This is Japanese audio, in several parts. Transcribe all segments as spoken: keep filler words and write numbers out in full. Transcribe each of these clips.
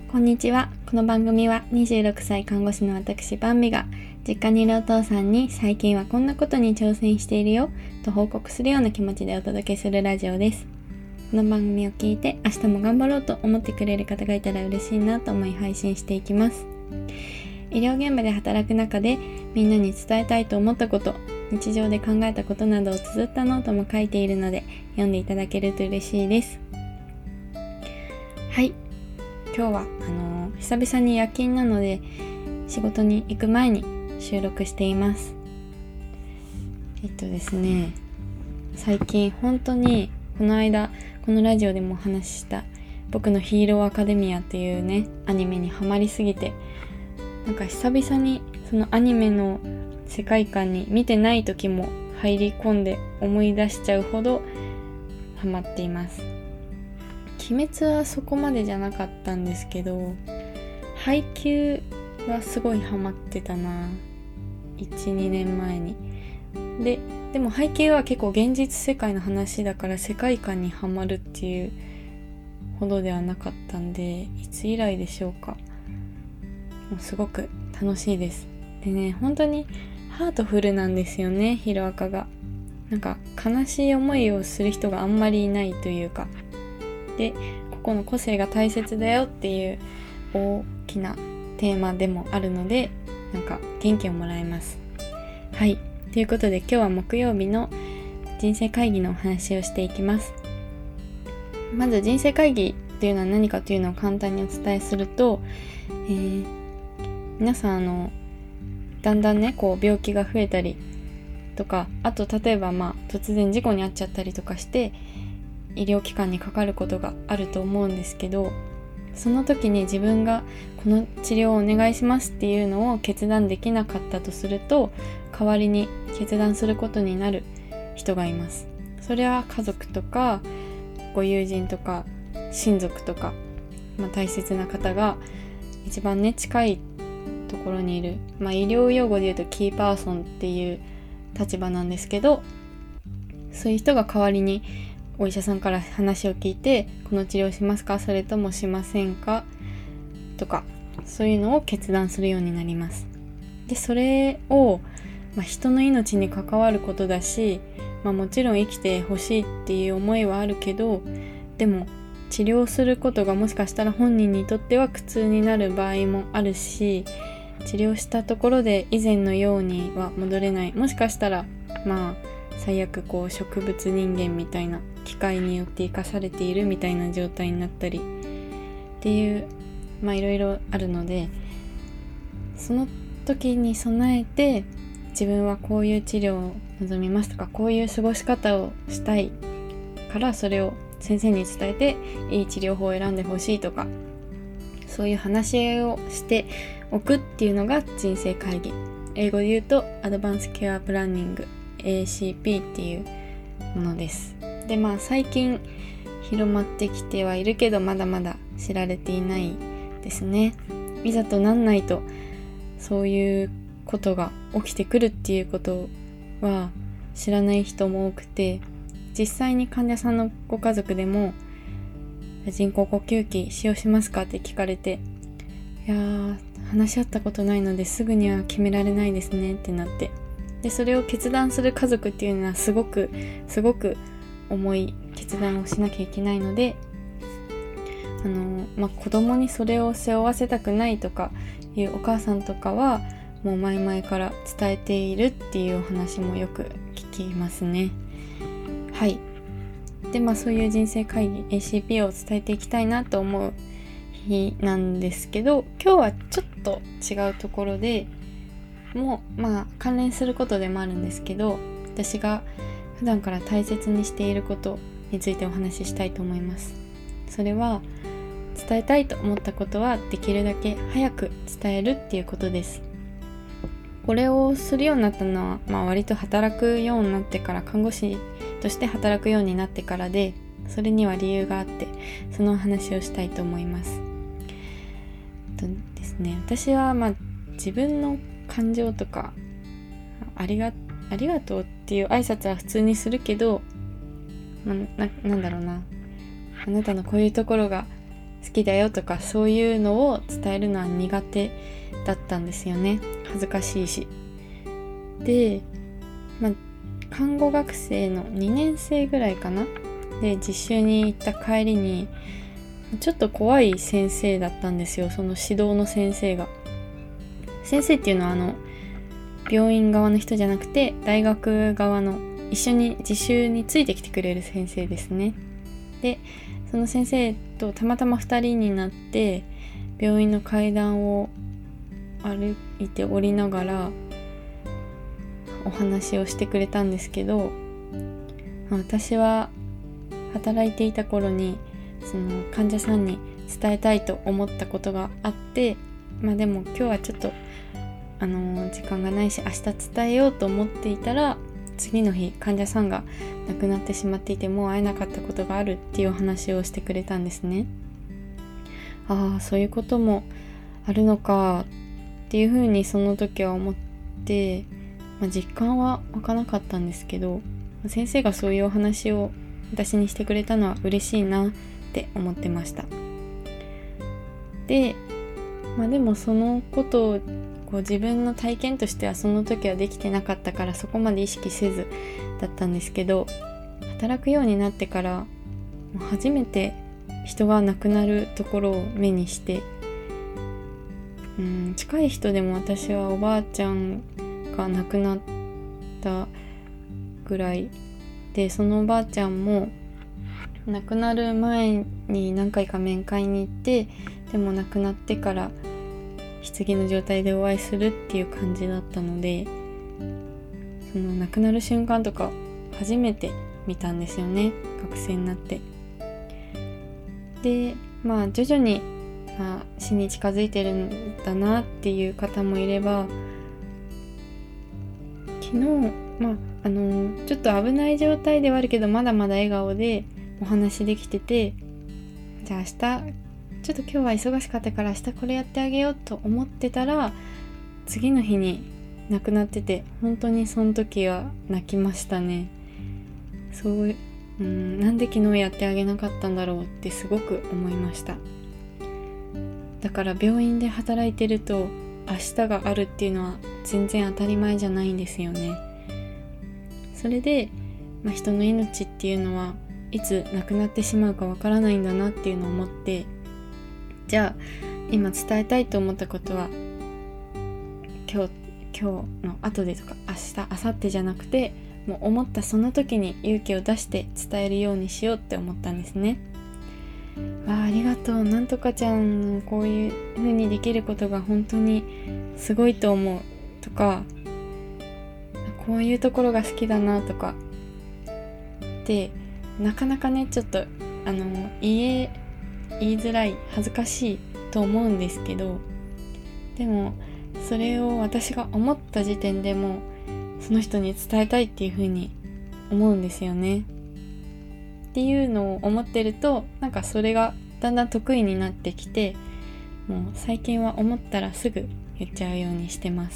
こんにちは。この番組はにじゅうろくさい看護師の私バンビが実家にいるお父さんに最近はこんなことに挑戦しているよと報告するような気持ちでお届けするラジオです。この番組を聞いて明日も頑張ろうと思ってくれる方がいたら嬉しいなと思い配信していきます。医療現場で働く中でみんなに伝えたいと思ったこと、日常で考えたことなどを綴ったノートも書いているので読んでいただけると嬉しいです。はい、今日はあのー、久々に夜勤なので仕事に行く前に収録しています。えっとですね最近本当にこの間このラジオでもお話しした僕のヒーローアカデミアっていうねアニメにハマりすぎて、なんか久々にそのアニメの世界観に見てない時も入り込んで思い出しちゃうほどハマっています。鬼滅はそこまでじゃなかったんですけど、配給はすごいハマってたな いち,に 年前に。で、でも配給は結構現実世界の話だから世界観にハマるっていうほどではなかったんで、いつ以来でしょうか。もうすごく楽しいです。でね、本当にハートフルなんですよね、ヒロアカが。なんか悲しい思いをする人があんまりいないというか、で、個々の個性が大切だよっていう大きなテーマでもあるので、なんか元気をもらえます。はい、ということで今日は木曜日の人生会議のお話をしていきます。まず人生会議というのは何かというのを簡単にお伝えすると、えー、皆さんあのだんだんねこう病気が増えたりとか、あと例えばまあ突然事故に遭っちゃったりとかして医療機関にかかることがあると思うんですけど、その時に自分がこの治療をお願いしますっていうのを決断できなかったとすると、代わりに決断することになる人がいます。それは家族とかご友人とか親族とか、まあ、大切な方が一番ね近いところにいる、まあ、医療用語で言うとキーパーソンっていう立場なんですけど、そういう人が代わりにお医者さんから話を聞いて、この治療しますかそれともしませんかとか、そういうのを決断するようになります。でそれを、まあ、人の命に関わることだし、まあ、もちろん生きてほしいっていう思いはあるけど、でも治療することがもしかしたら本人にとっては苦痛になる場合もあるし、治療したところで以前のようには戻れない、もしかしたらまあ最悪こう植物人間みたいな機械によって生かされているみたいな状態になったりっていう、まあいろいろあるので、その時に備えて自分はこういう治療を望みますとか、こういう過ごし方をしたいからそれを先生に伝えていい治療法を選んでほしいとか、そういう話し合いをしておくっていうのが人生会議。英語で言うとアドバンスケアプランニング エーシーピー っていうものです。でまあ最近広まってきてはいるけど、まだまだ知られていないですね。いざとなんないとそういうことが起きてくるっていうことは知らない人も多くて、実際に患者さんのご家族でも人工呼吸器使用しますかって聞かれて、いやー話し合ったことないのですぐには決められないですねってなって、でそれを決断する家族っていうのはすごくすごく重い決断をしなきゃいけないので、あの、まあ、子供にそれを背負わせたくないとかいうお母さんとかはもう前々から伝えているっていうお話もよく聞きますね。はい。でまあそういう人生会議 エーシーピー を伝えていきたいなと思う日なんですけど、今日はちょっと違うところでもうまあ関連することでもあるんですけど、私が普段から大切にしていることについてお話ししたいと思います。それは伝えたいと思ったことはできるだけ早く伝えるっていうことです。これをするようになったのは、まあ、割と働くようになってから、看護師として働くようになってからで、それには理由があって、その話をしたいと思います。とですね、私はまあ自分の感情とかありがありがとうっていう挨拶は普通にするけど、まあ、な, なんだろうなあなたのこういうところが好きだよとかそういうのを伝えるのは苦手だったんですよね。恥ずかしいし。で、まあ、看護学生のにねん生ぐらいかなで実習に行った帰りにちょっと怖い先生だったんですよ。その指導の先生が。先生っていうのはあの病院側の人じゃなくて大学側の一緒に実習についてきてくれる先生ですね。でその先生とたまたまふたりになって病院の階段を歩いて降りながらお話をしてくれたんですけど、私は働いていた頃にその患者さんに伝えたいと思ったことがあって、まあでも今日はちょっとあの時間がないし明日伝えようと思っていたら、次の日患者さんが亡くなってしまっていてもう会えなかったことがあるっていうお話をしてくれたんですね。ああ、そういうこともあるのかっていうふうにその時は思って、まあ、実感は湧かなかったんですけど、先生がそういうお話を私にしてくれたのは嬉しいなって思ってました。で、まあ、でもそのことをこう自分の体験としてはその時はできてなかったからそこまで意識せずだったんですけど、働くようになってから初めて人が亡くなるところを目にして、うん、近い人でも私はおばあちゃんが亡くなったぐらいで、そのおばあちゃんも亡くなる前に何回か面会に行って、でも亡くなってから棺の状態でお会いするっていう感じだったので、その亡くなる瞬間とか初めて見たんですよね、学生になって。で、まあ徐々に、まあ、死に近づいてるんだなっていう方もいれば、昨日、まああのちょっと危ない状態ではあるけどまだまだ笑顔でお話できてて、じゃあ明日ちょっと今日は忙しかったから明日これやってあげようと思ってたら、次の日に亡くなってて、本当にその時は泣きましたね。そう、うん、なんで昨日やってあげなかったんだろうってすごく思いました。だから病院で働いてると明日があるっていうのは全然当たり前じゃないんですよね。それで、まあ、人の命っていうのはいつ亡くなってしまうかわからないんだなっていうのを思って、じゃあ今伝えたいと思ったことは今日今日の後でとか明日明後日じゃなくて、もう思ったその時に勇気を出して伝えるようにしようって思ったんですね。わあ、ありがとう、なんとかちゃんのこういう風にできることが本当にすごいと思うとか、こういうところが好きだなとかで、なかなかねちょっとあの言え言いづらい、恥ずかしいと思うんですけど、でもそれを私が思った時点でもその人に伝えたいっていう風に思うんですよね。っていうのを思ってると、なんかそれがだんだん得意になってきて、もう最近は思ったらすぐ言っちゃうようにしてます。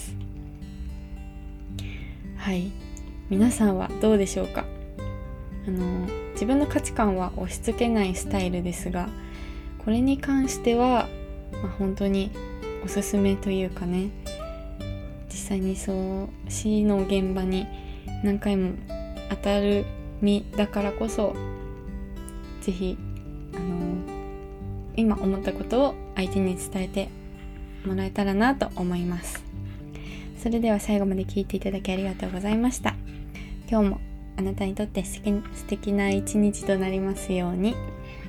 はい、皆さんはどうでしょうか。あの自分の価値観は押し付けないスタイルですが、これに関しては、まあ、本当におすすめというかね、実際にそう死の現場に何回も当たる身だからこそ、ぜひあの今思ったことを相手に伝えてもらえたらなと思います。それでは最後まで聞いていただきありがとうございました。今日もあなたにとって素敵、素敵な一日となりますように。